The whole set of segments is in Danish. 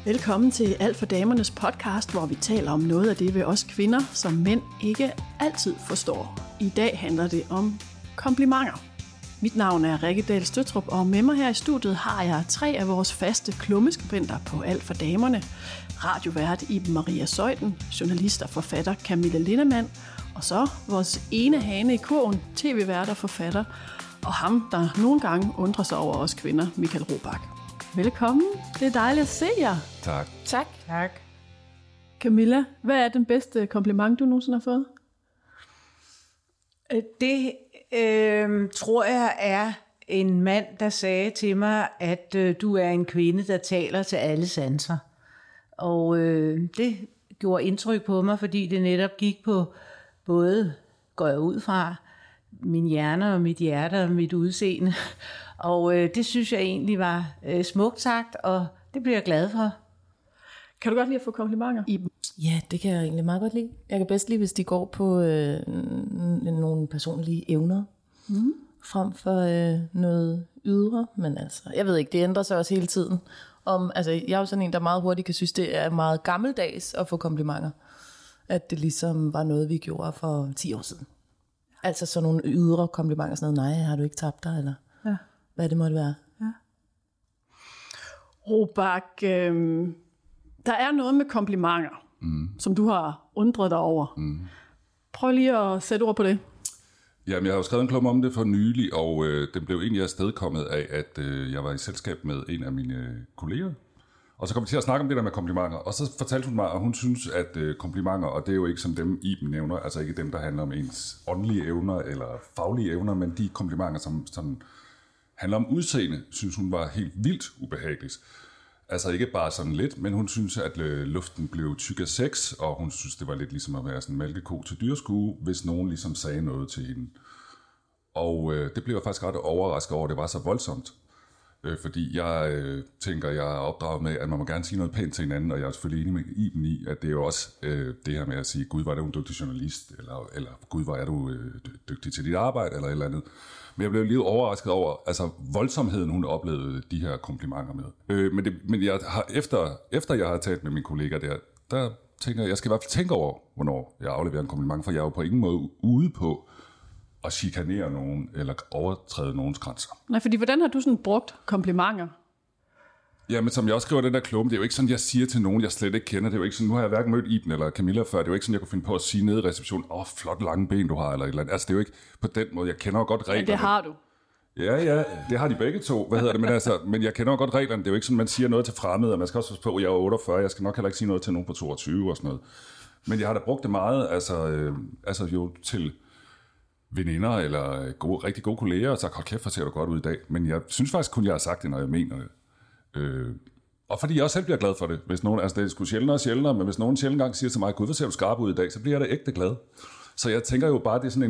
Velkommen til Alt for Damernes podcast, hvor vi taler om noget af det ved os kvinder, som mænd ikke altid forstår. I dag handler det om komplimenter. Mit navn er Rikke Dahl Støtrup, og med mig her i studiet har jeg 3 af vores faste klummeskribenter på Alt for Damerne. Radiovært Iben Maria Zeuthen, journalist og forfatter Camilla Lindemann, og så vores ene hane i kurven, tv-vært og forfatter, og ham, der nogle gange undrer sig over os kvinder, Michael Robach. Velkommen. Det er dejligt at se jer. Tak. Tak. Camilla, hvad er den bedste kompliment, du nogensinde har fået? Det tror jeg er en mand, der sagde til mig, at du er en kvinde, der taler til alle sanser. Og det gjorde indtryk på mig, fordi det netop gik på både, går jeg ud fra, min hjerne og mit hjerte og mit udseende. Og det synes jeg egentlig var smukt sagt, og det bliver jeg glad for. Kan du godt lide at få komplimenter? Ja, det kan jeg egentlig meget godt lide. Jeg kan bedst lide, hvis de går på nogle personlige evner, frem for noget ydre. Men altså, jeg ved ikke, det ændrer sig også hele tiden. Jeg er jo sådan en, der meget hurtigt kan synes, det er meget gammeldags at få komplimenter. At det ligesom var noget, vi gjorde for 10 år siden. Altså sådan nogle ydre komplimenter, sådan noget, nej, har du ikke tabt dig, eller hvad det måtte være. Ja. Robach, der er noget med komplimenter, som du har undret dig over. Prøv lige at sætte ord på det. Jamen, jeg har jo skrevet en klumme om det for nylig, og den blev egentlig afstedkommet af, at jeg var i selskab med en af mine kolleger. Og så kom vi til at snakke om det der med komplimenter, og så fortalte hun mig, at hun synes, at komplimenter, og det er jo ikke som dem Iben nævner, altså ikke dem, der handler om ens åndelige evner eller faglige evner, men de komplimenter, som handler om udseende, synes hun var helt vildt ubehageligt. Altså ikke bare sådan lidt, men hun synes, at luften blev tyk af sex, og hun synes, det var lidt ligesom at være sådan en malkeko til dyrskue, hvis nogen ligesom sagde noget til hende. Og det blev jeg faktisk ret overrasket over, det var så voldsomt. Fordi jeg tænker, jeg er opdraget med, at man må gerne sige noget pænt til hinanden, og jeg er selvfølgelig enig med Iben i, at det er jo også det her med at sige, Gud, var du en dygtig journalist, eller Gud, var du dygtig til dit arbejde, eller et eller andet. Men jeg blev lidt overrasket over, altså voldsomheden, hun oplevede de her komplimenter med. Men jeg har, efter jeg har talt med mine kollegaer der tænker jeg skal i hvert fald tænke over, hvornår jeg afleverer en kompliment, for jeg er jo på ingen måde ude på at chikanere nogen, eller overtræde nogens grænser. Nej, fordi hvordan har du sådan brugt komplimenter? Ja, men som jeg også skriver i den der klumme, det er jo ikke sådan, jeg siger til nogen, jeg slet ikke kender. Det er jo ikke sådan, nu har jeg hverken mødt Iben eller Camilla før, det er jo ikke sådan, jeg kunne finde på at sige nede i receptionen, flot lange ben du har, eller et eller andet. Altså, det er jo ikke på den måde, jeg kender jo godt reglerne. Ja, det har du. Ja, det har de begge to. Men jeg kender jo godt reglerne. Det er jo ikke sådan, man siger noget til fremmede, og man skal også forstå på, jeg er 48, jeg skal nok heller ikke sige noget til nogen på 22 og sådan noget. Men jeg har da brugt det meget, altså jo til veninder eller rigtig gode kolleger, og sagt, hold kæft, hvor ser du godt ud i dag. Men jeg synes faktisk kun, jeg har sagt det, når jeg mener det. Og fordi jeg også selv bliver glad for det. Hvis nogen, altså det er sgu sjældnere, men hvis nogen sjældent gang siger til mig, Gud, hvor ser du skarp ud i dag, så bliver jeg da ægte glad. Så jeg tænker jo bare, det er sådan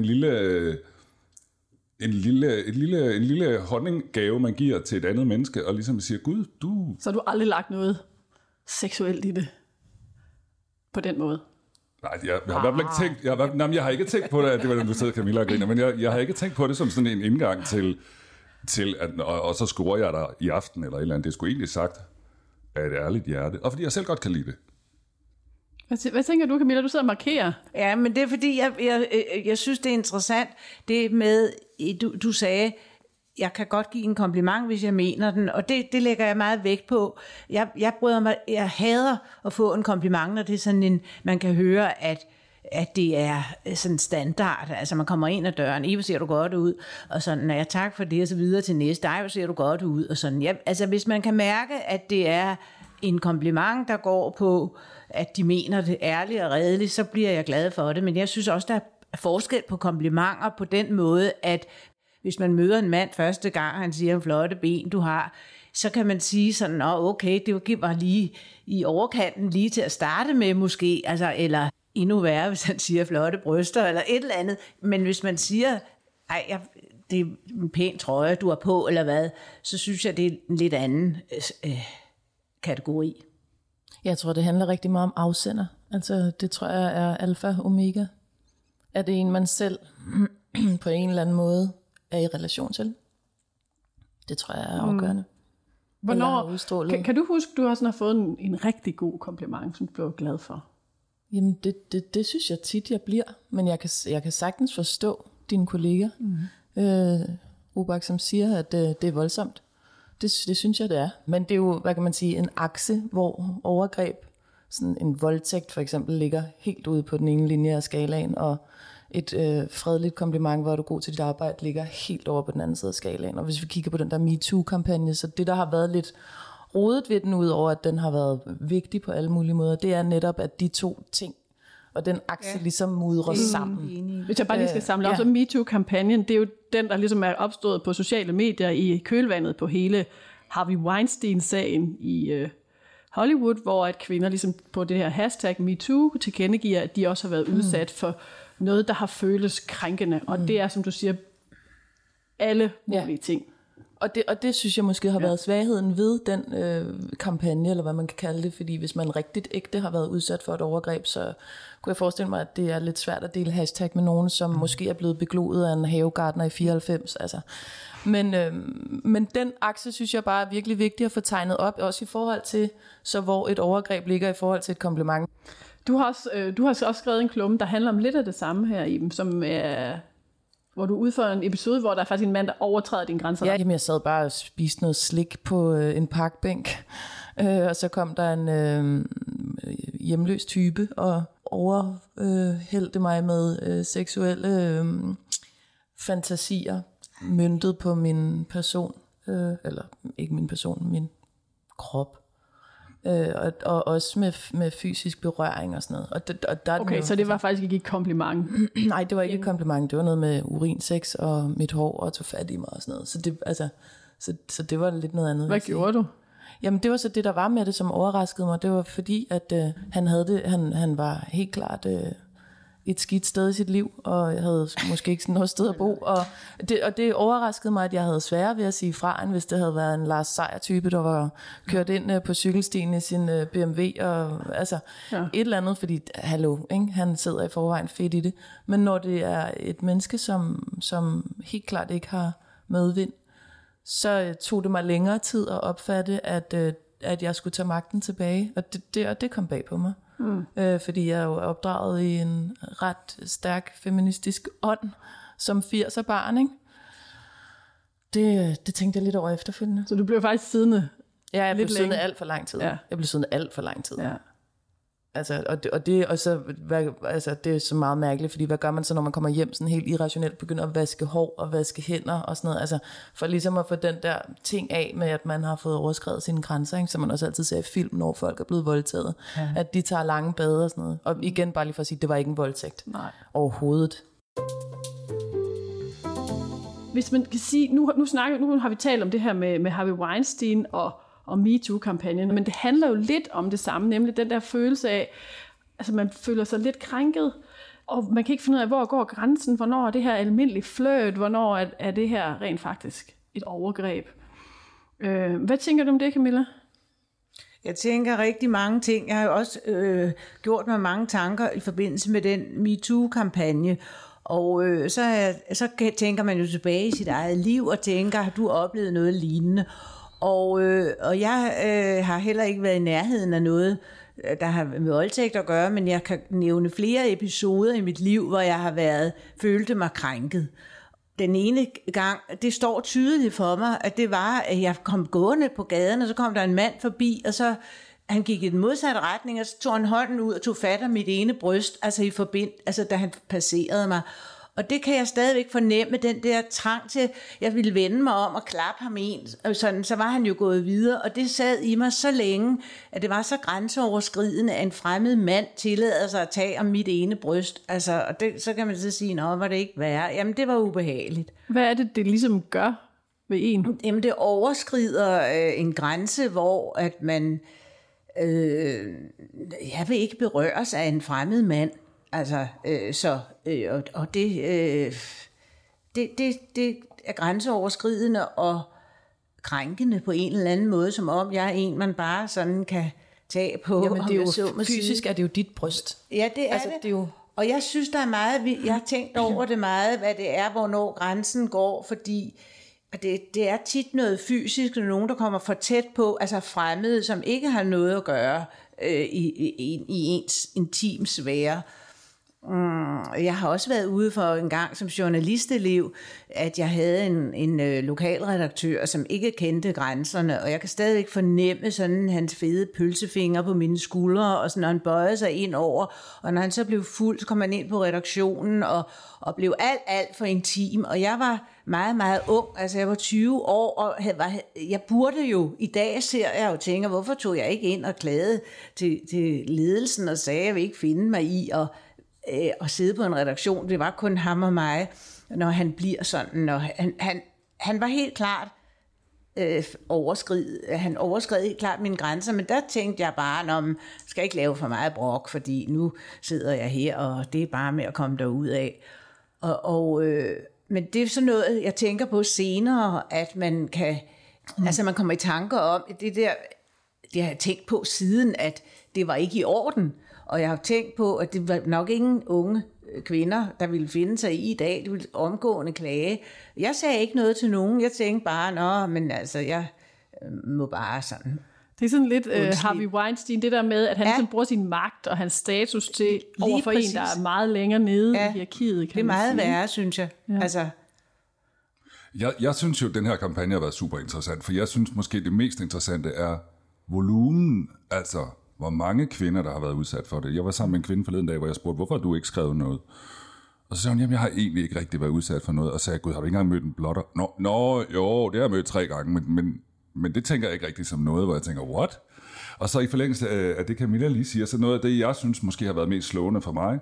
en lille honninggave, man giver til et andet menneske, og ligesom siger, Gud, du... Så har du aldrig lagt noget seksuelt i det? På den måde? Nej, jeg har i hvert fald ikke tænkt... jeg har ikke tænkt på det, at det var den, du sidder, Camilla, og griner, men jeg har ikke tænkt på det som sådan en indgang til at, og så scorer jeg der i aften, eller et eller andet. Det er sgu egentlig sagt af et ærligt hjerte, og fordi jeg selv godt kan lide det. Hvad tænker du, Camilla? Du sidder og markerer. Ja, men det er fordi, jeg synes, det er interessant, det med, du sagde, jeg kan godt give en kompliment, hvis jeg mener den, og det lægger jeg meget vægt på. Jeg bryder mig, jeg hader at få en kompliment, når det er sådan en, man kan høre, at det er sådan standard, altså man kommer ind ad døren, Eva, ser du godt ud, og sådan, ja, tak for det, og så videre til næste, hvor ser du godt ud, og sådan, ja, altså hvis man kan mærke, at det er en kompliment, der går på, at de mener det ærligt og redeligt, så bliver jeg glad for det, men jeg synes også, der er forskel på komplimenter på den måde, at hvis man møder en mand første gang, han siger, flotte ben du har, så kan man sige sådan, okay, det var lige i overkanten, lige til at starte med måske, altså, eller endnu værre, hvis han siger flotte bryster, eller et eller andet. Men hvis man siger, det er en pæn trøje, du har på, eller hvad, så synes jeg, det er en lidt anden kategori. Jeg tror, det handler rigtig meget om afsender. Altså, det tror jeg er alfa og omega. Er det en, man selv på en eller anden måde er i relation til? Det tror jeg er afgørende. Hvornår, kan du huske, du også har fået en rigtig god kompliment, som du blev glad for? Jamen, det synes jeg tit, jeg bliver. Men jeg kan sagtens forstå dine kolleger, Robak, som siger, at det er voldsomt. Det synes jeg, det er. Men det er jo, hvad kan man sige, en akse, hvor overgreb, sådan en voldtægt for eksempel, ligger helt ude på den ene linje af skalaen, og et fredeligt kompliment, hvor du er god til dit arbejde, ligger helt over på den anden side af skalaen. Og hvis vi kigger på den der MeToo-kampagne, så det, der har været lidt rodet ved den, ud over at den har været vigtig på alle mulige måder, det er netop, at de to ting og den akse ligesom mudrer sammen. Hvis jeg bare lige skal samle op, så MeToo-kampagnen, det er jo den, der ligesom er opstået på sociale medier i kølvandet på hele Harvey Weinstein-sagen i Hollywood, hvor at kvinder ligesom på det her hashtag MeToo tilkendegiver, at de også har været udsat for noget, der har føltes krænkende. Og det er, som du siger, alle mulige ting. Og det synes jeg måske har været svagheden ved den kampagne, eller hvad man kan kalde det, fordi hvis man rigtigt ægte har været udsat for et overgreb, så kunne jeg forestille mig, at det er lidt svært at dele hashtag med nogen, som måske er blevet begloet af en havegartner i 94. Altså. Men den akse synes jeg bare er virkelig vigtig at få tegnet op, også i forhold til, så hvor et overgreb ligger i forhold til et kompliment. Du har også skrevet en klumme, der handler om lidt af det samme her, Iben, som er... hvor du udfører en episode, hvor der er faktisk en mand, der overtræder dine grænser. Ja, jamen jeg sad bare og spiste noget slik på en parkbænk, og så kom der en hjemløs type og overhældte mig med seksuelle fantasier, møntet på min person, eller ikke min person, min krop. Og også med fysisk berøring og sådan noget. Og der okay, så det var faktisk ikke et kompliment? Nej, det var ikke et kompliment. Det var noget med urinsex og mit hår og tog fat i mig og sådan noget. Så det var lidt noget andet. Hvad gjorde du? Jamen det var så det, der var med det, som overraskede mig. Det var fordi, at han var helt klart et skidt sted i sit liv, og jeg havde måske ikke sådan noget sted at bo. Og det overraskede mig, at jeg havde sværere ved at sige fra, end hvis det havde været en Lars Seier-type, der var kørt ind på cykelstien i sin BMW, og altså et eller andet, fordi hallo, ikke? Han sidder i forvejen fedt i det. Men når det er et menneske, som helt klart ikke har medvind, så tog det mig længere tid at opfatte, at jeg skulle tage magten tilbage, og det kom bag på mig. Fordi jeg er jo opdraget i en ret stærk feministisk ånd som 80'er barn, ikke? Det tænkte jeg lidt over efterfølgende. Så du blev faktisk siddende? Ja, jeg blev siddende alt for lang tid. Ja. Jeg blev siddende alt for lang tid. Ja. Altså, det er så meget mærkeligt, fordi hvad gør man så, når man kommer hjem sådan helt irrationelt, begynder at vaske hår og vaske hænder og sådan noget, altså for ligesom at få den der ting af med, at man har fået overskredet sine grænser, ikke? Som man også altid ser i film, når folk er blevet voldtaget, at de tager lange bade og sådan noget. Og igen bare lige for at sige, det var ikke en voldtægt. Nej. Overhovedet. Hvis man kan sige, nu har vi talt om det her med Harvey Weinstein og MeToo-kampagnen, men det handler jo lidt om det samme, nemlig den der følelse af, altså man føler sig lidt krænket, og man kan ikke finde ud af, hvor går grænsen, hvornår er det her almindelig flirt, hvornår er det her rent faktisk et overgreb. Hvad tænker du om det, Camilla? Jeg tænker rigtig mange ting. Jeg har jo også gjort mig mange tanker i forbindelse med den MeToo-kampagne, og så tænker man jo tilbage i sit eget liv og tænker, har du oplevet noget lignende? Og jeg har heller ikke været i nærheden af noget, der har med voldtægt at gøre, men jeg kan nævne flere episoder i mit liv, hvor jeg følte mig krænket. Den ene gang, det står tydeligt for mig, at det var, at jeg kom gående på gaden, og så kom der en mand forbi, og så han gik i den modsatte retning, og så tog han hånden ud og tog fat af mit ene bryst, altså da han passerede mig. Og det kan jeg stadigvæk fornemme, den der trang til, jeg ville vende mig om og klappe ham sådan, så var han jo gået videre, og det sad i mig så længe, at det var så grænseoverskridende, at en fremmed mand tillader sig at tage om mit ene bryst. Altså, og så kan man så sige, nå, var det ikke værre? Jamen, det var ubehageligt. Hvad er det ligesom gør ved en? Jamen, det overskrider en grænse, hvor at man, jeg vil ikke berøres af en fremmed mand. Altså, og det er grænseoverskridende og krænkende på en eller anden måde, som om jeg er en, man bare sådan kan tage på. Jamen, det er jo fysisk er det jo dit bryst. Ja, det er altså, det. Jo... Og jeg synes, der er meget, jeg har tænkt over det meget, hvad det er, hvornår grænsen går, fordi det er tit noget fysisk, nogen, der kommer for tæt på, altså fremmede, som ikke har noget at gøre i ens intim sfære. Jeg har også været ude for en gang som journalistelev, at jeg havde en lokalredaktør, som ikke kendte grænserne, og jeg kan stadigvæk fornemme sådan hans fede pølsefinger på mine skuldre, og sådan, når han bøjede sig ind over, og når han så blev fuld, så kom han ind på redaktionen, og blev alt for intim, og jeg var meget, meget ung, altså jeg var 20 år, og jeg burde jo, i dag ser jeg og tænker, hvorfor tog jeg ikke ind og klagede til ledelsen, og sagde, at jeg vil ikke finde mig i, og sidde på en redaktion. Det var kun ham og mig, når han bliver sådan. Og han var helt klart han overskred helt klart mine grænser, men der tænkte jeg bare, at skal ikke lave for meget brok, fordi nu sidder jeg her, og det er bare med at komme derud af. Men det er sådan noget, jeg tænker på senere, at man kan, altså man kommer i tanker om, det har jeg tænkt på siden, at det var ikke i orden. Og jeg har tænkt på, at det var nok ingen unge kvinder, der ville finde sig i dag. De ville omgående klage. Jeg sagde ikke noget til nogen. Jeg tænkte bare, men altså, jeg må bare sådan... Det er sådan lidt Harvey Weinstein, det der med, at han sådan bruger sin magt og hans status til overfor en, der er meget længere nede i hierarkiet. Det er meget værre, synes jeg. Ja. Altså... Jeg synes jo, at den her kampagne har været super interessant, for jeg synes måske, det mest interessante er volumen, altså... hvor mange kvinder, der har været udsat for det. Jeg var sammen med en kvinde forleden dag, hvor jeg spurgte, hvorfor har du ikke skrevet noget? Og så sagde hun, jamen jeg har egentlig ikke rigtig været udsat for noget. Og så sagde jeg, gud, har du ikke engang mødt en blotter? Jo, det har jeg mødt 3 gange, men det tænker jeg ikke rigtig som noget, hvor jeg tænker, what? Og så i forlængelse af det, Camilla lige siger, så noget af det, jeg synes måske har været mest slående for mig,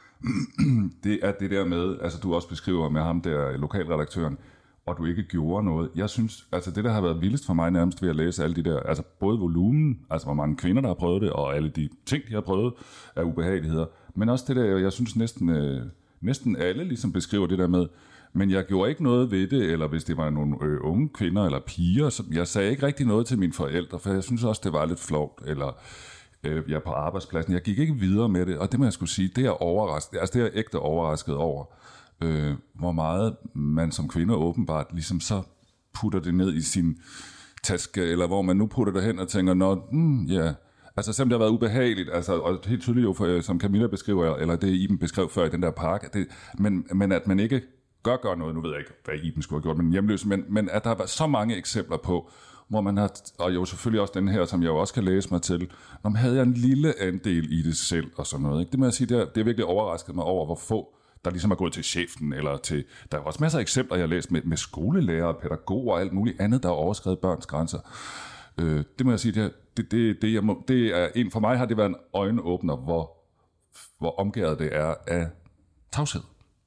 det er det der med, altså du også beskriver med ham der, lokalredaktøren, og du ikke gjorde noget. Jeg synes, altså det der har været vildest for mig nærmest ved at læse alle de der, altså både volumen, altså hvor mange kvinder der har prøvet det, og alle de ting, de har prøvet af ubehageligheder, men også det der, jeg synes næsten alle ligesom beskriver det der med, men jeg gjorde ikke noget ved det, eller hvis det var nogle unge kvinder eller piger, så jeg sagde ikke rigtig noget til mine forældre, for jeg synes også, det var lidt flovt, eller jeg på arbejdspladsen, jeg gik ikke videre med det, og det må jeg skulle sige, det er overrasket, altså det er jeg ægte overrasket over, hvor meget man som kvinde åbenbart ligesom så putter det ned i sin taske, eller hvor man nu putter det hen og tænker, ja, altså selvom det har været ubehageligt, altså, og helt tydeligt jo, for, som Camilla beskriver, eller det Iben beskrev før i den der park, men at man ikke gør noget, nu ved jeg ikke, hvad Iben skulle have gjort, men hjemløse, men at der har været så mange eksempler på, hvor man har, og jo selvfølgelig også den her, som jeg jo også kan læse mig til, når man havde jeg en lille andel i det selv, og sådan noget, ikke? Det må jeg sige, det er virkelig overrasket mig over, hvor få der ligesom er gået til chefen, eller til... Der er også masser af eksempler, jeg har læst med skolelærer, pædagoger og alt muligt andet, der har overskredet børns grænser. Det må jeg sige, det er en, for mig har det været en øjenåbner, hvor omgæret det er af tavshed.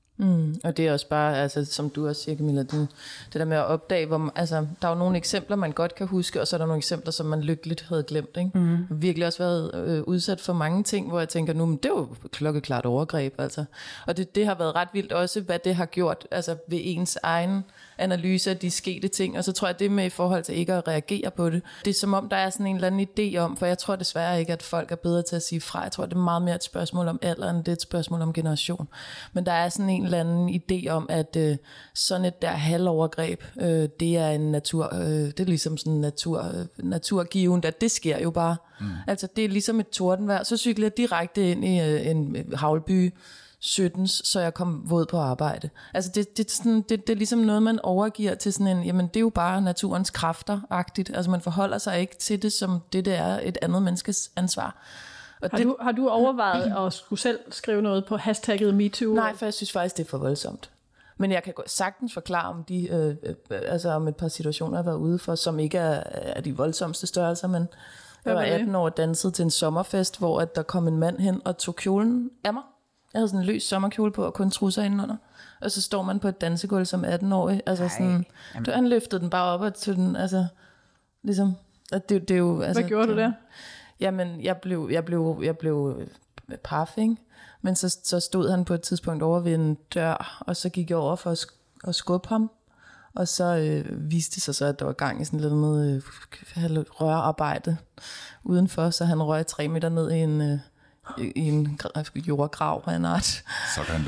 Og det er også bare, altså, som du også siger, Camilla, det der med at opdage, hvor, altså, der er jo nogle eksempler, man godt kan huske, og så er der nogle eksempler, som man lykkeligt havde glemt. Ikke? Jeg har virkelig også været udsat for mange ting, hvor jeg tænker, nu, men det er jo klokkeklart overgreb. Altså. Og det har været ret vildt også, hvad det har gjort altså, ved ens egen analyse af de skete ting, og så tror jeg, det med i forhold til ikke at reagere på det, det er som om, der er sådan en eller anden idé om, for jeg tror desværre ikke, at folk er bedre til at sige fra. Jeg tror, det er meget mere et spørgsmål om alder, end det er et spørgsmål om generation. Men der er sådan en eller anden idé om, at sådan et der halvovergreb, det er en natur, det er ligesom sådan naturgivent, at det sker jo bare. Altså, det er ligesom et tordenvejr, så cykler jeg direkte ind i en havlby, 17, så jeg kom våd på arbejde. Altså det er ligesom noget, man overgiver til sådan en, jamen det er jo bare naturens kræfter-agtigt. Altså man forholder sig ikke til det, som det er et andet menneskes ansvar. Og har du overvejet at skulle selv skrive noget på hashtagget MeToo? Nej, for jeg synes faktisk, det er for voldsomt. Men jeg kan sagtens forklare om de, altså om et par situationer, jeg har været ude for, som ikke er de voldsomste størrelser, men jeg var 18 år og dansede til en sommerfest, hvor at der kom en mand hen og tog kjolen af mig. Jeg havde sådan en løs sommerkjole på og kun trusser indenunder. Og så står man på et dansegulv som 18-årig. Altså sådan, han løftede den bare op og tog den, altså ligesom, at det er jo... Altså, hvad gjorde du der? Jamen, jeg blev paf, ikke? Men så stod han på et tidspunkt over ved en dør, og så gik jeg over for at skubbe ham. Og så viste det sig så, at der var gang i sådan lidt rørarbejde udenfor, så han røg 3 meter ned i en i en jordgrav af en art. Så kan han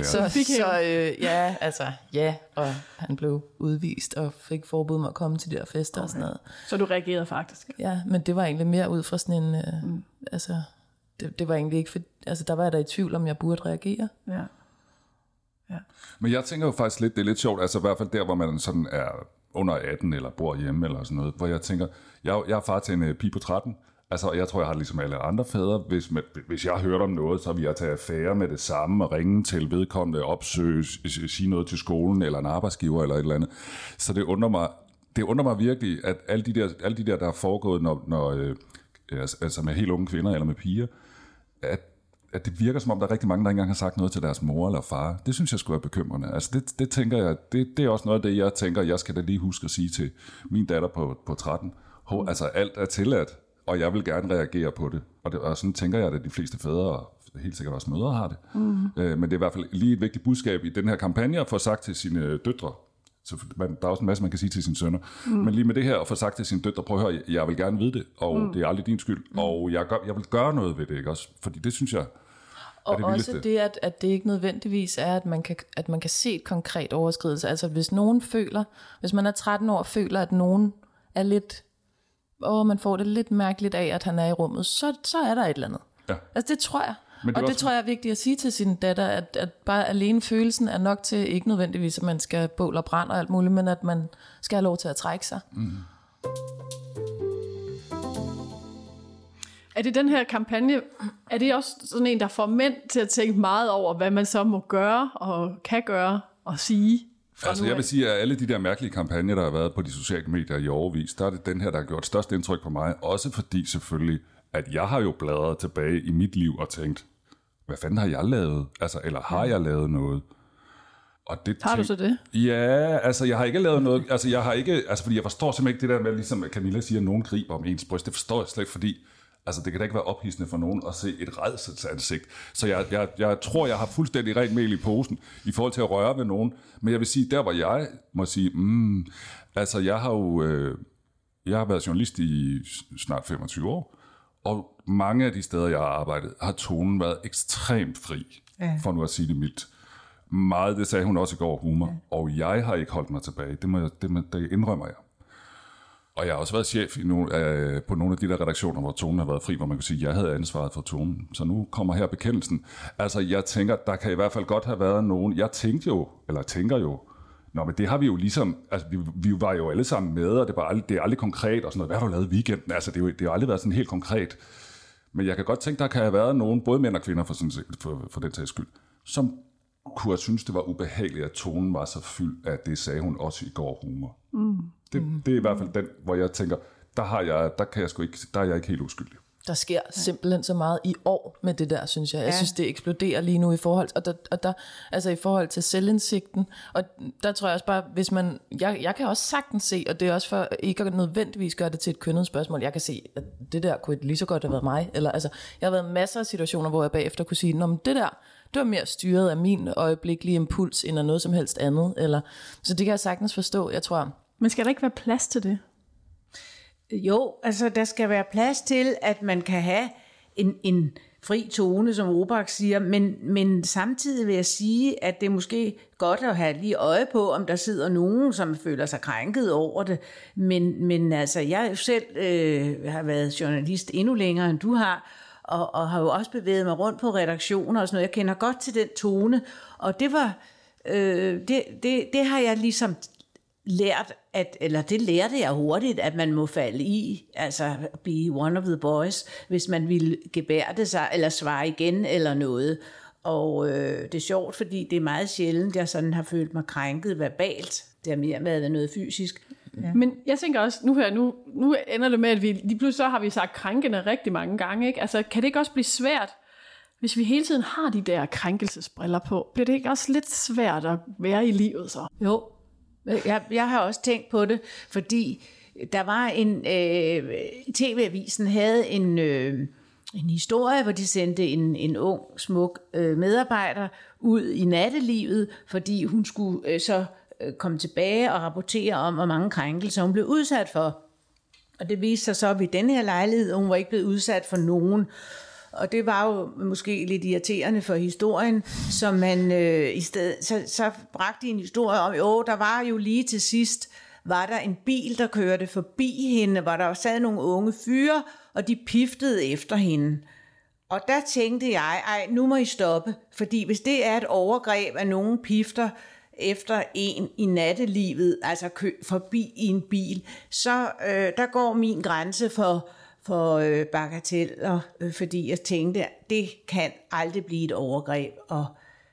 være. Og han blev udvist og fik forbud mod at komme til de der fester og sådan noget. Så du reagerede faktisk? Ja, men det var egentlig mere ud fra sådan en, det var egentlig ikke, der var jeg da i tvivl, om jeg burde reagere. Ja. Men jeg tænker jo faktisk lidt, det er lidt sjovt, altså i hvert fald der, hvor man sådan er under 18 eller bor hjemme eller sådan noget, hvor jeg tænker, jeg er far til en pige på 13, altså jeg tror, jeg har det ligesom alle andre fædre, hvis jeg har hørt om noget, så vil jeg tage affære med det samme og ringe til vedkommende, opsøge, sige noget til skolen eller en arbejdsgiver eller et eller andet. Så det undrer mig virkelig, at alle de der er foregået, når altså med helt unge kvinder eller med piger, at det virker som om, der er rigtig mange, der ikke engang har sagt noget til deres mor eller far. Det synes jeg skulle være bekymrende. Altså det tænker jeg, det er også noget af det, jeg tænker, jeg skal da lige huske at sige til min datter på 13. Altså alt er tilladt, og jeg vil gerne reagere på det. Og sådan tænker jeg, at de fleste fædre, og helt sikkert også mødre, har det. Men det er i hvert fald lige et vigtigt budskab i den her kampagne, at få sagt til sine døtre. Så der er også en masse, man kan sige til sine sønner. Men lige med det her, at få sagt til sine døtre, prøv at høre, jeg vil gerne vide det, og det er aldrig din skyld. Og jeg vil gøre noget ved det, ikke også? Fordi det synes jeg... Og det også det, at det ikke nødvendigvis er, at man kan se et konkret overskridelse. Altså hvis man er 13 år og føler, at nogen er lidt, man får det lidt mærkeligt af, at han er i rummet, så er der et eller andet. Ja. Altså det tror jeg. Det tror jeg er vigtigt at sige til sin datter, at bare alene følelsen er nok til, ikke nødvendigvis, at man skal bål og brand og alt muligt, men at man skal have lov til at trække sig. Er det den her kampagne, er det også sådan en, der får mænd til at tænke meget over, hvad man så må gøre og kan gøre og sige? Altså jeg vil sige, at alle de der mærkelige kampagner, der har været på de sociale medier i årevis, der er det den her, der har gjort størst indtryk på mig. Også fordi selvfølgelig, at jeg har jo bladret tilbage i mit liv og tænkt, hvad fanden har jeg lavet? Altså, eller har jeg lavet noget? Og det har du så det? Ja, altså jeg har ikke lavet noget, fordi jeg forstår simpelthen ikke det der med, ligesom Camilla siger, at nogen griber om ens bryst. Det forstår jeg slet ikke, fordi altså det kan da ikke være ophidsende for nogen at se et rædselsansigt. Så jeg tror, jeg har fuldstændig rent mel i posen i forhold til at røre ved nogen. Men jeg vil sige, der hvor jeg må sige, altså jeg har været journalist i snart 25 år, og mange af de steder, jeg har arbejdet, har tonen været ekstremt fri, for nu at sige det mildt. Meget, det sagde hun også i går, humor. Og jeg har ikke holdt mig tilbage. Det indrømmer jeg. Og jeg har også været chef på nogle af de der redaktioner, hvor tonen har været fri, hvor man kan sige, at jeg havde ansvaret for tonen. Så nu kommer her bekendelsen. Altså, jeg tænker, der kan i hvert fald godt have været nogen. Jeg tænker jo, men det har vi jo ligesom, altså vi var jo alle sammen med, og det er aldrig konkret, og sådan noget. Hvad har du lavet i weekenden? Altså, det har aldrig været sådan helt konkret. Men jeg kan godt tænke, der kan have været nogen, både mænd og kvinder for den sags skyld, som kunne have synes, det var ubehageligt, at tonen var så fyldt, at det sagde hun også i går, humor. Det er i hvert fald den, hvor jeg tænker, der er jeg ikke helt uskyldig. Der sker simpelthen så meget i år med det der, synes jeg. Jeg synes, det eksploderer lige nu i forhold til selvindsigten. Og der tror jeg også bare, hvis man... Jeg kan også sagtens se, og det er også for ikke at nødvendigvis gøre det til et kønnet spørgsmål. Jeg kan se, at det der kunne lige så godt have været mig. Eller, altså, jeg har været masser af situationer, hvor jeg bagefter kunne sige, det der, det var mere styret af min øjeblikkelige impuls, end af noget som helst andet. Så det kan jeg sagtens forstå, jeg tror. Men skal der ikke være plads til det? Jo, altså der skal være plads til, at man kan have en fri tone, som Robach siger, men samtidig vil jeg sige, at det er måske godt at have lige øje på, om der sidder nogen, som føler sig krænket over det. Men altså, jeg selv har været journalist endnu længere, end du har, og har jo også bevæget mig rundt på redaktioner og sådan noget. Jeg kender godt til den tone, og det var det har jeg ligesom lært, det lærte jeg hurtigt, at man må falde i, altså be one of the boys, hvis man ville gebærde sig, eller svare igen, eller noget. Og det er sjovt, fordi det er meget sjældent, jeg sådan har følt mig krænket verbalt. Det har mere været noget fysisk. Ja. Men jeg tænker også, nu ender det med, at vi lige pludselig så har vi sagt krænkende rigtig mange gange, ikke? Altså, kan det ikke også blive svært, hvis vi hele tiden har de der krænkelsesbriller på? Bliver det ikke også lidt svært at være i livet så? Jo. Jeg har også tænkt på det, fordi der var TV-avisen havde en historie, hvor de sendte en ung, smuk medarbejder ud i nattelivet, fordi hun skulle så komme tilbage og rapportere om, hvor mange krænkelser hun blev udsat for. Og det viste sig så ved den her lejlighed, at hun var ikke blevet udsat for nogen. Og det var jo måske lidt irriterende for historien, så man i stedet så bragte en historie om, der var jo lige til sidst, var der en bil, der kørte forbi hende, hvor der sad nogle unge fyre, og de piftede efter hende. Og der tænkte jeg, nu må I stoppe, fordi hvis det er et overgreb, at nogen pifter efter en i nattelivet, altså forbi i en bil, så der går min grænse for bagateller, fordi jeg tænkte, det kan aldrig blive et overgreb. Og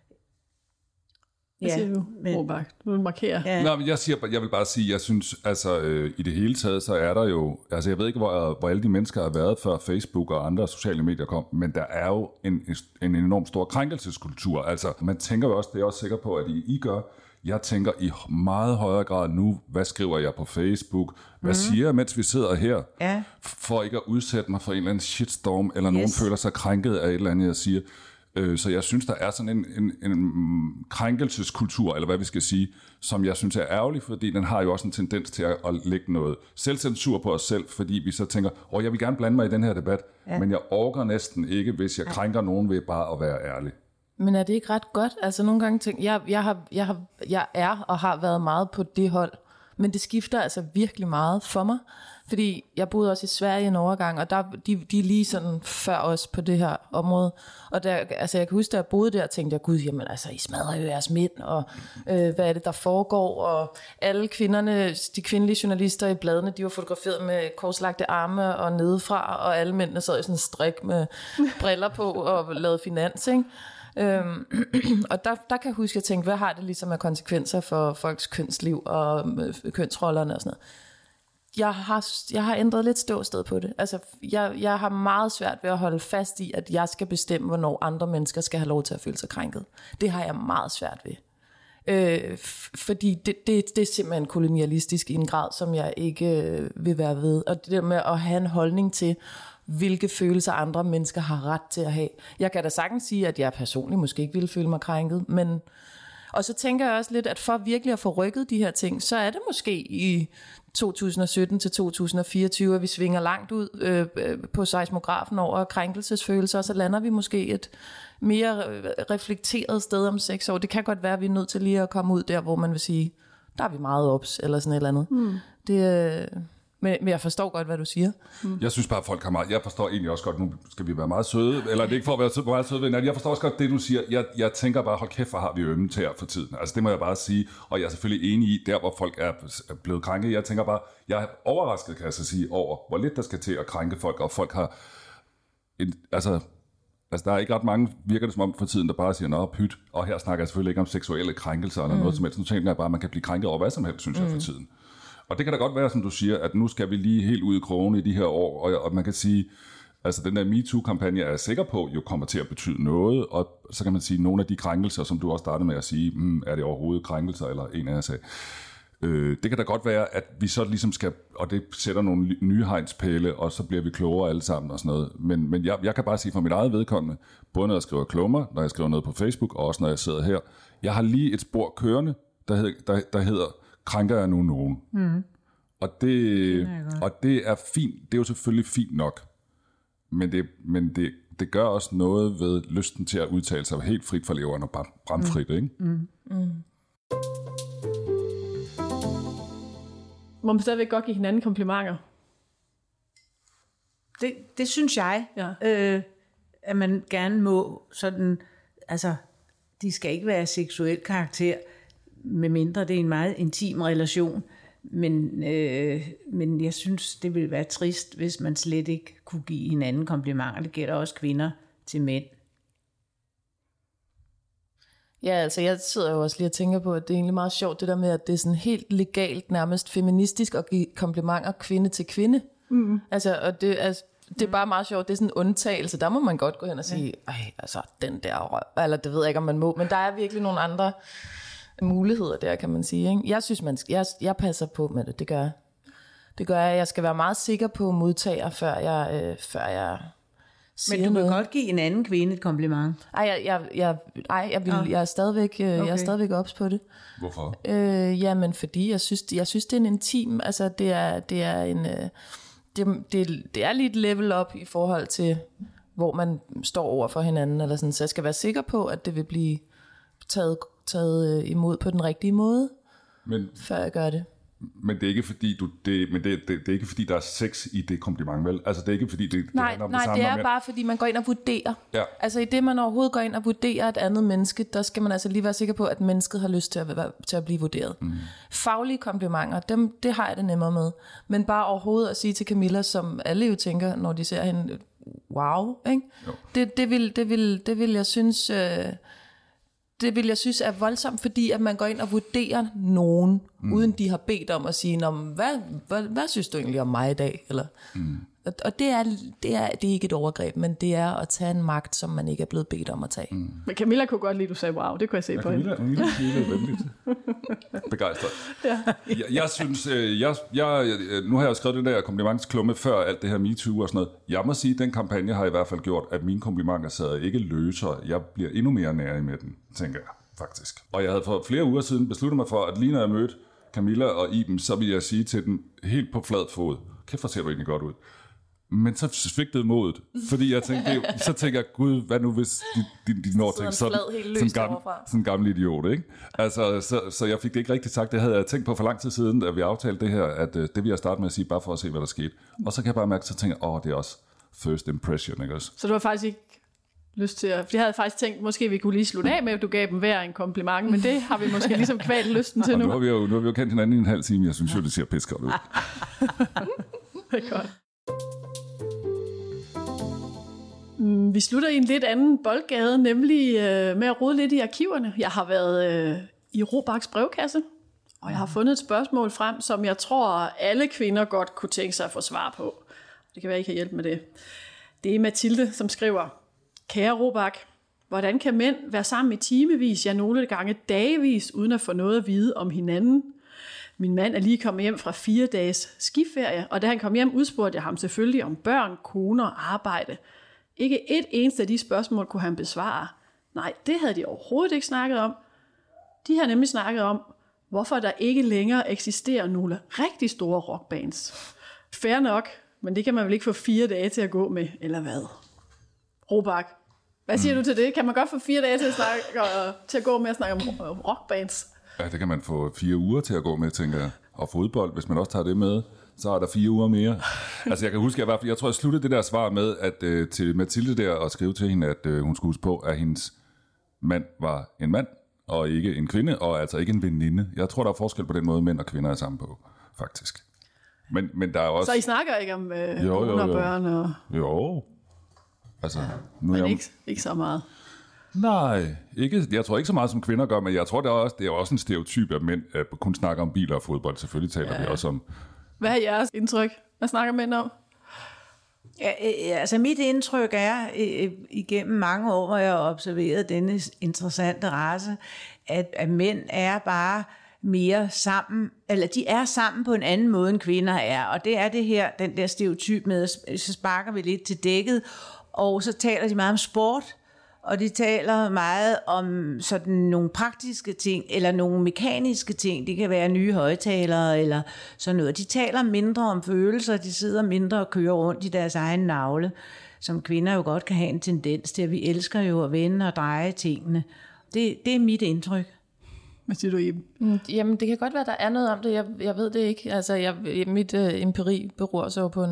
Hvad siger du, Robak? Du vil markere. Ja. Nå, men jeg vil bare sige, jeg synes, altså i det hele taget, så er der jo, altså jeg ved ikke, hvor alle de mennesker har været før Facebook og andre sociale medier kom, men der er jo en enorm stor krænkelseskultur. Altså man tænker jo også, det er jeg også sikker på, at I gør. Jeg tænker i meget højere grad nu, hvad skriver jeg på Facebook? Hvad siger jeg, mens vi sidder her? Ja. For ikke at udsætte mig for en eller anden shitstorm, eller nogen føler sig krænket af et eller andet, jeg siger. Så jeg synes, der er sådan en krænkelseskultur, eller hvad vi skal sige, som jeg synes er ærgerlig, fordi den har jo også en tendens til at lægge noget selvcensur på os selv, fordi vi så tænker, jeg vil gerne blande mig i den her debat, men jeg orker næsten ikke, hvis jeg krænker nogen ved bare at være ærlig. Men er det ikke ret godt? Altså nogle gange tænker jeg er og har været meget på det hold, men det skifter altså virkelig meget for mig, fordi jeg boede også i Sverige en overgang, og de er lige sådan før os på det her område, og der, altså jeg kan huske, da jeg boede der, tænkte jeg, gud, jamen altså, I smadrer jo jeres mænd, og hvad er det, der foregår, og alle kvinderne, de kvindelige journalister i bladene, de var fotograferet med korslagte arme og nedefra, og alle mændene sad i sådan en strik med briller på og lavede finans, ikke? Og der kan jeg huske, at jeg tænkte, hvad har det ligesom af konsekvenser for folks kønsliv og kønsrollerne og sådan noget. Jeg har ændret lidt ståsted på det. Altså, jeg har meget svært ved at holde fast i, at jeg skal bestemme, hvornår andre mennesker skal have lov til at føle sig krænket. Det har jeg meget svært ved. Fordi det er simpelthen kolonialistisk i en grad, som jeg ikke vil være ved. Og det der med at have en holdning til, hvilke følelser andre mennesker har ret til at have. Jeg kan da sagtens sige, at jeg personligt måske ikke ville føle mig krænket, men... Og så tænker jeg også lidt, at for virkelig at få rykket de her ting, så er det måske i 2017 til 2024, at vi svinger langt ud på seismografen over krænkelsesfølelser, og så lander vi måske et mere reflekteret sted om 6 år. Det kan godt være, at vi er nødt til lige at komme ud der, hvor man vil sige, der er vi meget ops, eller sådan et eller andet. Men jeg forstår godt, hvad du siger. Jeg synes bare, at folk har meget... Jeg forstår egentlig også godt, nu skal vi være meget søde, eller det er ikke for at være meget søde ved hinanden. Jeg forstår også godt det, du siger. Jeg tænker bare, hold kæft, hvor har vi ømme til for tiden. Altså det må jeg bare sige. Og jeg er selvfølgelig enig i, der hvor folk er blevet krænket. Jeg tænker bare, jeg er overrasket, kan jeg så sige, over hvor lidt der skal til at krænke folk, og folk har... Altså, der er ikke ret mange, virker det som om for tiden, der bare siger, nå, pyt. Og her snakker jeg selvfølgelig ikke om seksuelle krænkelser, eller noget som helst. Nu tænker jeg bare, at man kan blive krænket over hvad som helst, synes jeg, for tiden. Og det kan da godt være, som du siger, at nu skal vi lige helt ud i krogen i de her år, og man kan sige, altså den der MeToo-kampagne er jeg sikker på, jo kommer til at betyde noget, og så kan man sige, nogle af de krænkelser, som du også startede med at sige, er det overhovedet krænkelser, eller en af jer sagde. Det kan da godt være, at vi så ligesom skal, og det sætter nogle nye hegnspæle, og så bliver vi klogere alle sammen og sådan noget. Men jeg kan bare sige fra mit eget vedkommende, både når jeg skriver klummer, når jeg skriver noget på Facebook, og også når jeg sidder her, jeg har lige et spor kørende, der hedder, krænker jeg nu nogen? Og det er fint. Det er jo selvfølgelig fint nok. Men det gør også noget ved lysten til at udtale sig helt frit for leveren og bramfrit, ikke? Må man stadigvæk godt give hinanden komplimenter? Det synes jeg, at man gerne må sådan, altså, de skal ikke være seksuel karakter, medmindre det er en meget intim relation. Men jeg synes, det ville være trist, hvis man slet ikke kunne give hinanden komplimenter. Det gælder også kvinder til mænd. Ja, altså jeg sidder jo også lige og tænker på, at det er egentlig meget sjovt, det der med, at det er sådan helt legalt, nærmest feministisk at give komplimenter kvinde til kvinde. Altså, og det er bare meget sjovt, det er sådan en undtagelse. Der må man godt gå hen og sige, altså den der røv, eller det ved jeg ikke, om man må, men der er virkelig nogle andre muligheder der, kan man sige, ikke? Jeg synes, jeg passer på med det, det gør jeg. Det gør jeg. Jeg skal være meget sikker på modtager, før jeg siger Men du noget. kan godt give en anden kvinde et kompliment. Jeg er stadigvæk ops på det. Hvorfor? Jamen, fordi jeg synes, det er en intim, altså det er lige et level op i forhold til, hvor man står over for hinanden, eller sådan, så jeg skal være sikker på, at det vil blive taget imod på den rigtige måde, før jeg gør det. Men det er ikke fordi det er ikke fordi der er sex i det kompliment, vel? Altså det er ikke fordi det nej, det er bare fordi man går ind og vurderer. Ja. Altså i det man overhovedet går ind og vurderer et andet menneske, der skal man altså lige være sikker på, at mennesket har lyst til at blive vurderet. Faglige komplimenter, det har jeg det nemmere med. Men bare overhovedet at sige til Camilla, som alle jo tænker, når de ser hende, wow, ikke? Det vil jeg synes. Det vil jeg synes er voldsomt, fordi at man går ind og vurderer nogen, uden de har bedt om at sige, hvad synes du egentlig om mig i dag? Eller, og det er ikke et overgreb, men det er at tage en magt, som man ikke er blevet bedt om at tage. Men Camilla kunne godt lide, at du sagde wow, det kunne jeg se på hende. Camilla er venligt. Begejstret. Ja. Jeg synes, nu har jeg skrevet det der komplimentsklumme før alt det her MeToo og sådan noget. Jeg må sige, at den kampagne har i hvert fald gjort, at mine komplimenter sidder ikke løser. Jeg bliver endnu mere nærig med den, tænker jeg faktisk. Og jeg havde for flere uger siden besluttet mig for, at lige når jeg mødte Camilla og Iben, så ville jeg sige til den helt på flad fod, kæft, hvor ser du egentlig godt ud. Men så svigtede modet, fordi jeg tænkte, så tænker jeg, gud, hvad nu hvis de når til sådan en gammel idiot, ikke? Altså, så jeg fik det ikke rigtig sagt. Det havde jeg tænkt på for lang tid siden, da vi aftalte det her, at det vil jeg starte med at sige, bare for at se, hvad der skete. Og så kan jeg bare mærke, så tænker jeg, det er også first impression, ikke også? Så du har faktisk ikke lyst til at... For jeg havde faktisk tænkt, måske vi kunne lige slutte af med, at du gav dem hver en kompliment, men det har vi måske ligesom kvalt lysten til nu. Nu har vi jo kendt hinanden i en halv time, jeg synes jo, det ser pissegodt ud. Det er godt. Vi slutter i en lidt anden boldgade, nemlig med at rode lidt i arkiverne. Jeg har været i Robaks brevkasse, og jeg har fundet et spørgsmål frem, som jeg tror, alle kvinder godt kunne tænke sig at få svar på. Det kan være, I kan hjælpe med det. Det er Mathilde, som skriver: Kære Robak, hvordan kan mænd være sammen i timevis, ja nogle gange dagevis, uden at få noget at vide om hinanden? Min mand er lige kommet hjem fra 4 dages skiferie, og da han kom hjem, udspurgte jeg ham selvfølgelig om børn, koner og arbejde. Ikke et eneste af de spørgsmål kunne han besvare. Nej, det havde de overhovedet ikke snakket om. De har nemlig snakket om, hvorfor der ikke længere eksisterer nogle rigtig store rockbands. Fair nok, men det kan man vel ikke få 4 dage til at gå med, eller hvad? Robak, hvad siger du til det? Kan man godt få 4 dage til at gå med at snakke om rockbands? Ja, det kan man få 4 uger til at gå med, tænker jeg. Og fodbold, hvis man også tager det med, så er der 4 uger mere. Altså jeg kan huske, jeg tror jeg sluttede det der svar med at til Mathilde der og skrive til hende, at hun skulle huske på, at hendes mand var en mand og ikke en kvinde, og altså ikke en veninde. Jeg tror der er forskel på den måde mænd og kvinder er sammen på, faktisk. Men der er også... Så I snakker ikke om koner og børn og... Jo. Altså nu men ikke så meget. Nej, ikke. Jeg tror ikke så meget som kvinder gør, men jeg tror det er også en stereotyp af mænd at kun snakker om biler og fodbold. Selvfølgelig taler vi også om. Hvad er jeres indtryk? Hvad snakker mænd om? Altså mit indtryk er, igennem mange år, hvor jeg har observeret denne interessante race, at mænd er bare mere sammen, eller de er sammen på en anden måde, end kvinder er. Og det er det her, den der stereotyp med, så sparker vi lidt til dækket, og så taler de meget om sport, og de taler meget om sådan nogle praktiske ting, eller nogle mekaniske ting. Det kan være nye højtalere, eller sådan noget. De taler mindre om følelser, de sidder mindre og kører rundt i deres egen navle, som kvinder jo godt kan have en tendens til, at vi elsker jo at vende og dreje tingene. Det er mit indtryk. Hvad siger du, Iben? Jamen, det kan godt være, der er noget om det. Jeg ved det ikke. Altså, mit empiri beror så på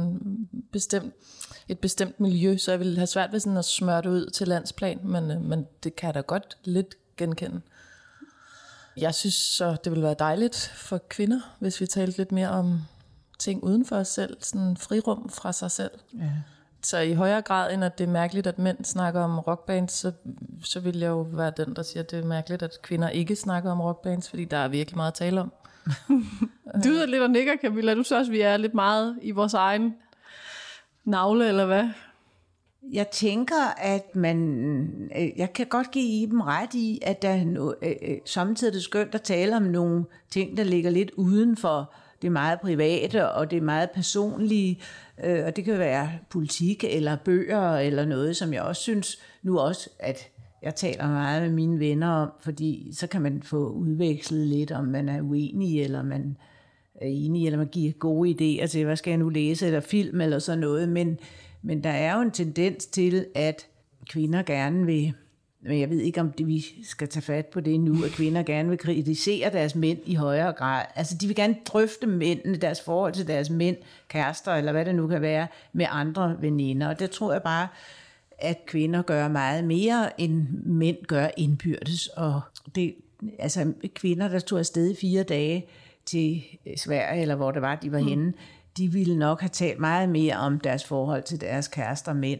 et bestemt miljø, så jeg vil have svært ved sådan at smøre det ud til landsplan, men det kan jeg da godt lidt genkende. Jeg synes så, det ville være dejligt for kvinder, hvis vi talte lidt mere om ting uden for os selv, sådan frirum fra sig selv. Ja. Så i højere grad, end at det er mærkeligt, at mænd snakker om rockbands, så vil jeg jo være den, der siger, at det er mærkeligt, at kvinder ikke snakker om rockbands, fordi der er virkelig meget at tale om. Du er lidt og nikker, Camilla. Du synes også, vi er lidt meget i vores egen navle, eller hvad? Jeg tænker, at jeg kan godt give Iben ret i, at der samtidig er det skønt at tale om nogle ting, der ligger lidt uden for det meget private og det meget personlige, og det kan være politik eller bøger eller noget, som jeg også synes nu også, at jeg taler meget med mine venner om, fordi så kan man få udvekslet lidt, om man er uenig, eller man er enig, eller man giver gode idéer til, hvad skal jeg nu læse, eller film, eller sådan noget, Men der er jo en tendens til, at kvinder gerne vil, men jeg ved ikke, om vi skal tage fat på det nu, at kvinder gerne vil kritisere deres mænd i højere grad. Altså, de vil gerne drøfte mændene, deres forhold til deres mænd, kærester, eller hvad det nu kan være, med andre veninder. Og det tror jeg bare, at kvinder gør meget mere, end mænd gør indbyrdes. Og det, altså, kvinder, der tog afsted i 4 dage til Sverige, eller hvor det var, de var henne, de ville nok have talt meget mere om deres forhold til deres kærester mænd,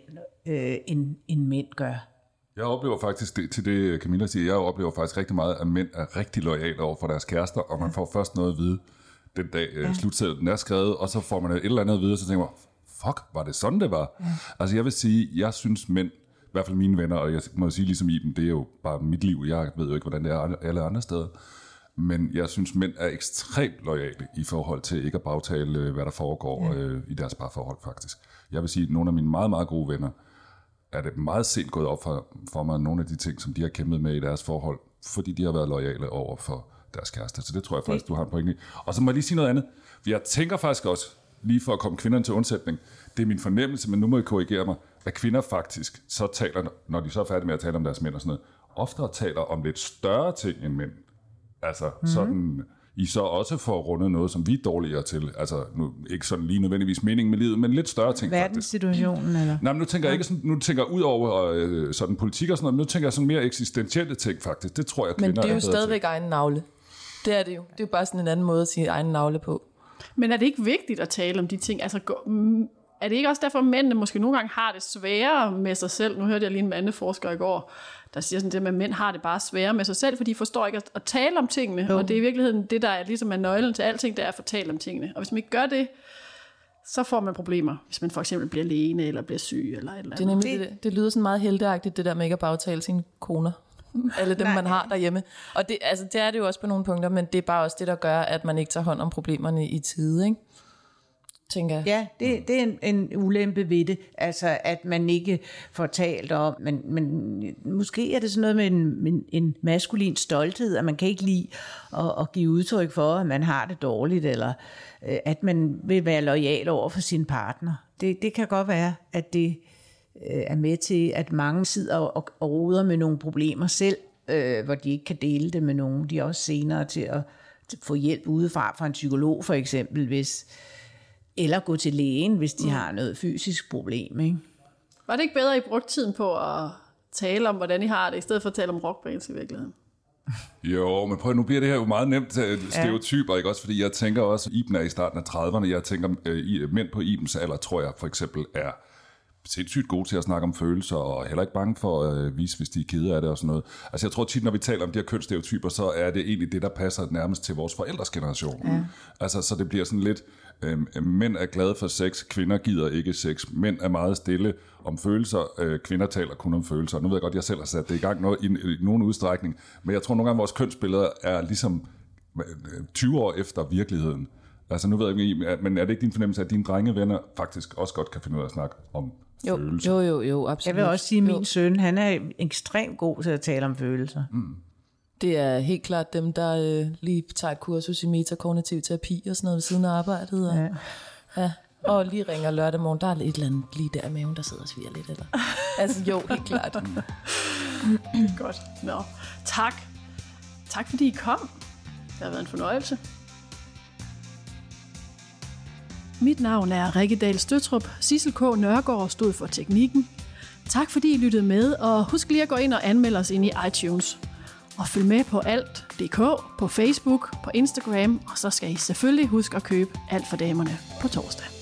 end mænd gør. Jeg oplever faktisk, til det Camilla siger, jeg oplever faktisk rigtig meget, at mænd er rigtig loyale over for deres kærester, og man får først noget at vide den dag slutsedlen er skrevet, og så får man et eller andet at vide, og så tænker man, fuck, var det sådan, det var? Ja. Altså jeg vil sige, jeg synes mænd, i hvert fald mine venner, og jeg må sige ligesom Iben, det er jo bare mit liv, jeg ved jo ikke, hvordan det er alle andre steder, men jeg synes, mænd er ekstremt loyale i forhold til ikke at bagtale, hvad der foregår i deres parforhold faktisk. Jeg vil sige, at nogle af mine meget, meget gode venner, er det meget sent gået op for mig nogle af de ting, som de har kæmpet med i deres forhold, fordi de har været loyale over for deres kæreste. Så det tror jeg faktisk, du har en pointe i. Og så må jeg lige sige noget andet. Jeg tænker faktisk også, lige for at komme kvinderne til undsætning, det er min fornemmelse, men nu må I korrigere mig, at kvinder faktisk så taler, når de så er færdige med at tale om deres mænd og sådan noget, oftere taler om lidt større ting end mænd. Altså sådan, I så også får rundet noget, som vi er dårligere til. Altså nu, ikke sådan lige nødvendigvis mening med livet, men lidt større ting. Verdenssituationen, eller? Nej, men nu tænker jeg ikke sådan, nu tænker jeg ud over sådan politik og sådan noget, men nu tænker jeg sådan mere eksistentielle ting faktisk. Det tror jeg, kvinder er. Men det er jo stadigvæk til. egen navle. Det er det jo. Det er jo bare sådan en anden måde at sige egen navle på. Men er det ikke vigtigt at tale om de ting? Altså, er det ikke også derfor, at mændene måske nogle gange har det sværere med sig selv? Nu hørte jeg lige en mandeforsker i går, der siger sådan det med, at mænd har det bare sværere med sig selv, for de forstår ikke at tale om tingene. Og det er i virkeligheden det, der er ligesom er nøglen til alting, det er at fortælle om tingene. Og hvis man ikke gør det, så får man problemer, hvis man for eksempel bliver alene, eller bliver syg, eller et eller andet. Det er nemlig det lyder sådan meget helteagtigt, det der med ikke at bagtale sine koner. Alle dem, man har derhjemme. Og det, altså, det er det jo også på nogle punkter, men det er bare også det, der gør, at man ikke tager hånd om problemerne i tide, ikke? Tænker jeg. Ja, det er en ulempe ved det, altså at man ikke får talt om, men måske er det sådan noget med en maskulin stolthed, at man kan ikke lide at give udtryk for, at man har det dårligt, eller at man vil være loyal over for sin partner. Det kan godt være, at det er med til, at mange sidder og roder med nogle problemer selv, hvor de ikke kan dele det med nogen. De er også senere til at få hjælp udefra, fra en psykolog for eksempel, eller gå til lægen, hvis de har noget fysisk problem. Ikke? Var det ikke bedre, at I brugte tiden på at tale om, hvordan I har det, i stedet for at tale om rockbands i virkeligheden? Jo, men prøv, nu bliver det her jo meget nemt stereotyper, ikke også? Fordi jeg tænker også, Iben er i starten af 30'erne, jeg tænker, mænd på Ibens alder, tror jeg for eksempel, er sindssygt gode til at snakke om følelser, og heller ikke bange for at vise, hvis de er kede af det og sådan noget. Altså jeg tror tit, når vi taler om de her kønsstereotyper, så er det egentlig det, der passer nærmest til vores forældres generation. Ja. Altså så det bliver sådan lidt, mænd er glade for sex, kvinder gider ikke sex, mænd er meget stille om følelser, kvinder taler kun om følelser. Nu ved jeg godt, jeg selv har sat det i gang i nogen udstrækning, men jeg tror nogle gange, vores kønsbilleder er ligesom 20 år efter virkeligheden. Altså nu ved jeg ikke, men er det ikke din fornemmelse, at dine drengevenner faktisk også godt kan finde ud af at snakke om følelser? Jo, absolut. Jeg vil også sige, at min søn, han er ekstremt god til at tale om følelser. Det er helt klart dem, der lige tager et kursus i metakognitiv terapi og sådan noget ved siden af arbejdet. Og, ja. Og lige ringer lørdag morgen, der er et eller andet lige der i maven, der sidder og sviger lidt. Eller. Altså jo, helt klart. Godt. Nå. Tak. Tak fordi I kom. Det har været en fornøjelse. Mit navn er Rikke Dahl Støtrup. Sissel K. Nørgaard stod for teknikken. Tak fordi I lyttede med, og husk lige at gå ind og anmelde os ind i iTunes. Og følg med på alt.dk, på Facebook, på Instagram, og så skal I selvfølgelig huske at købe Alt for damerne på torsdag.